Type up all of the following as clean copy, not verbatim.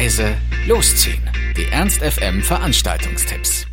leise, losziehen. Die Ernst FM Veranstaltungstipps.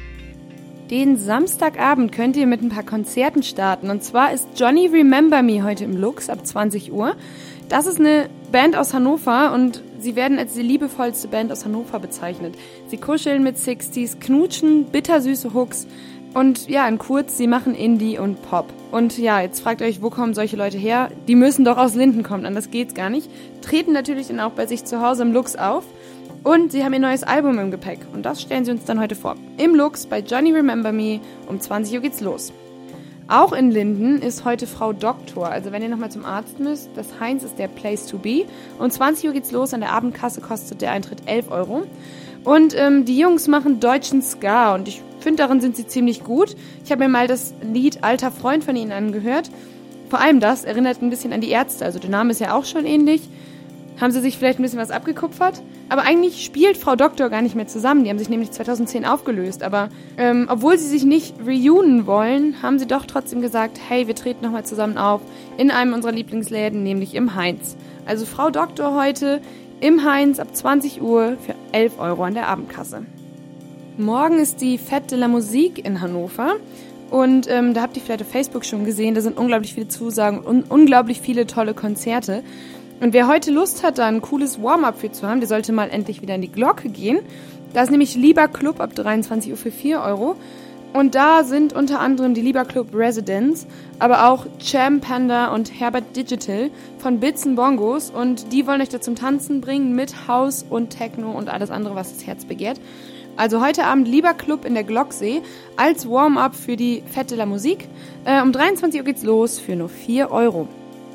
Den Samstagabend könnt ihr mit ein paar Konzerten starten. Und zwar ist Johnny Remember Me heute im Lux ab 20 Uhr. Das ist eine Band aus Hannover und sie werden als die liebevollste Band aus Hannover bezeichnet. Sie kuscheln mit 60s, knutschen, bittersüße Hooks und ja, in kurz, sie machen Indie und Pop. Und ja, jetzt fragt euch, wo kommen solche Leute her? Die müssen doch aus Linden kommen, anders geht's gar nicht. Treten natürlich dann auch bei sich zu Hause im Lux auf. Und sie haben ihr neues Album im Gepäck und das stellen sie uns dann heute vor. Im Lux bei Johnny Remember Me, um 20 Uhr geht's los. Auch in Linden ist heute Frau Doktor, also wenn ihr nochmal zum Arzt müsst, das Heinz ist der Place to be. Um 20 Uhr geht's los, an der Abendkasse kostet der Eintritt 11 Euro. Und die Jungs machen deutschen Ska und ich finde, darin sind sie ziemlich gut. Ich habe mir mal das Lied Alter Freund von ihnen angehört. Vor allem das erinnert ein bisschen an die Ärzte, also der Name ist ja auch schon ähnlich. Haben sie sich vielleicht ein bisschen was abgekupfert? Aber eigentlich spielt Frau Doktor gar nicht mehr zusammen. Die haben sich nämlich 2010 aufgelöst. Aber obwohl sie sich nicht reunion wollen, haben sie doch trotzdem gesagt, hey, wir treten nochmal zusammen auf in einem unserer Lieblingsläden, nämlich im Heinz. Also Frau Doktor heute im Heinz ab 20 Uhr für 11 Euro an der Abendkasse. Morgen ist die Fête de la Musique in Hannover. Und da habt ihr vielleicht auf Facebook schon gesehen, da sind unglaublich viele Zusagen und unglaublich viele tolle Konzerte. Und wer heute Lust hat, da ein cooles Warm-up für zu haben, der sollte mal endlich wieder in die Glocke gehen. Da ist nämlich Lieber Club ab 23 Uhr für 4 Euro. Und da sind unter anderem die Lieber Club Residents, aber auch Cham Panda und Herbert Digital von Bits & Bongos. Und die wollen euch da zum Tanzen bringen mit House und Techno und alles andere, was das Herz begehrt. Also heute Abend Lieber Club in der Glocksee als Warm-up für die Fête de la Musique. Um 23 Uhr geht's los für nur 4 Euro.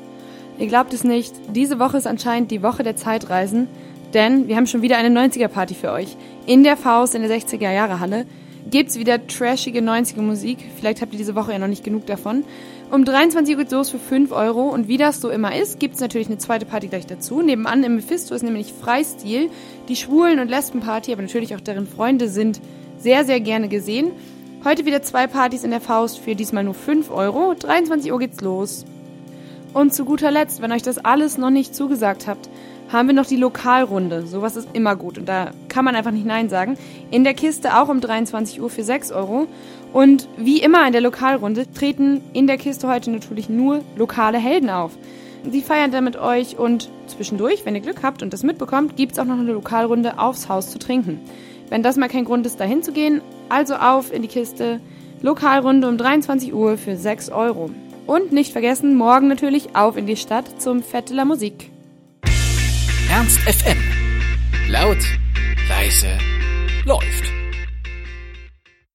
Ihr glaubt es nicht, diese Woche ist anscheinend die Woche der Zeitreisen, denn wir haben schon wieder eine 90er-Party für euch. In der Faust in der 60er-Jahre-Halle gibt's wieder trashige 90er-Musik, vielleicht habt ihr diese Woche ja noch nicht genug davon. Um 23 Uhr geht's los für 5 Euro und wie das so immer ist, gibt's natürlich eine zweite Party gleich dazu. Nebenan im Mephisto ist nämlich Freistil, die Schwulen- und Lesben-Party, aber natürlich auch deren Freunde sind sehr, sehr gerne gesehen. Heute wieder 2 Partys in der Faust für diesmal nur 5 Euro, 23 Uhr geht's los. Und zu guter Letzt, wenn euch das alles noch nicht zugesagt habt, haben wir noch die Lokalrunde. Sowas ist immer gut und da kann man einfach nicht Nein sagen. In der Kiste auch um 23 Uhr für 6 Euro. Und wie immer in der Lokalrunde treten in der Kiste heute natürlich nur lokale Helden auf. Die feiern dann mit euch und zwischendurch, wenn ihr Glück habt und das mitbekommt, gibt's auch noch eine Lokalrunde aufs Haus zu trinken. Wenn das mal kein Grund ist, dahin zu gehen, also auf in die Kiste. Lokalrunde um 23 Uhr für 6 Euro. Und nicht vergessen, morgen natürlich auf in die Stadt zum Fête de la Musique. Ernst FM. Laut, leise, läuft.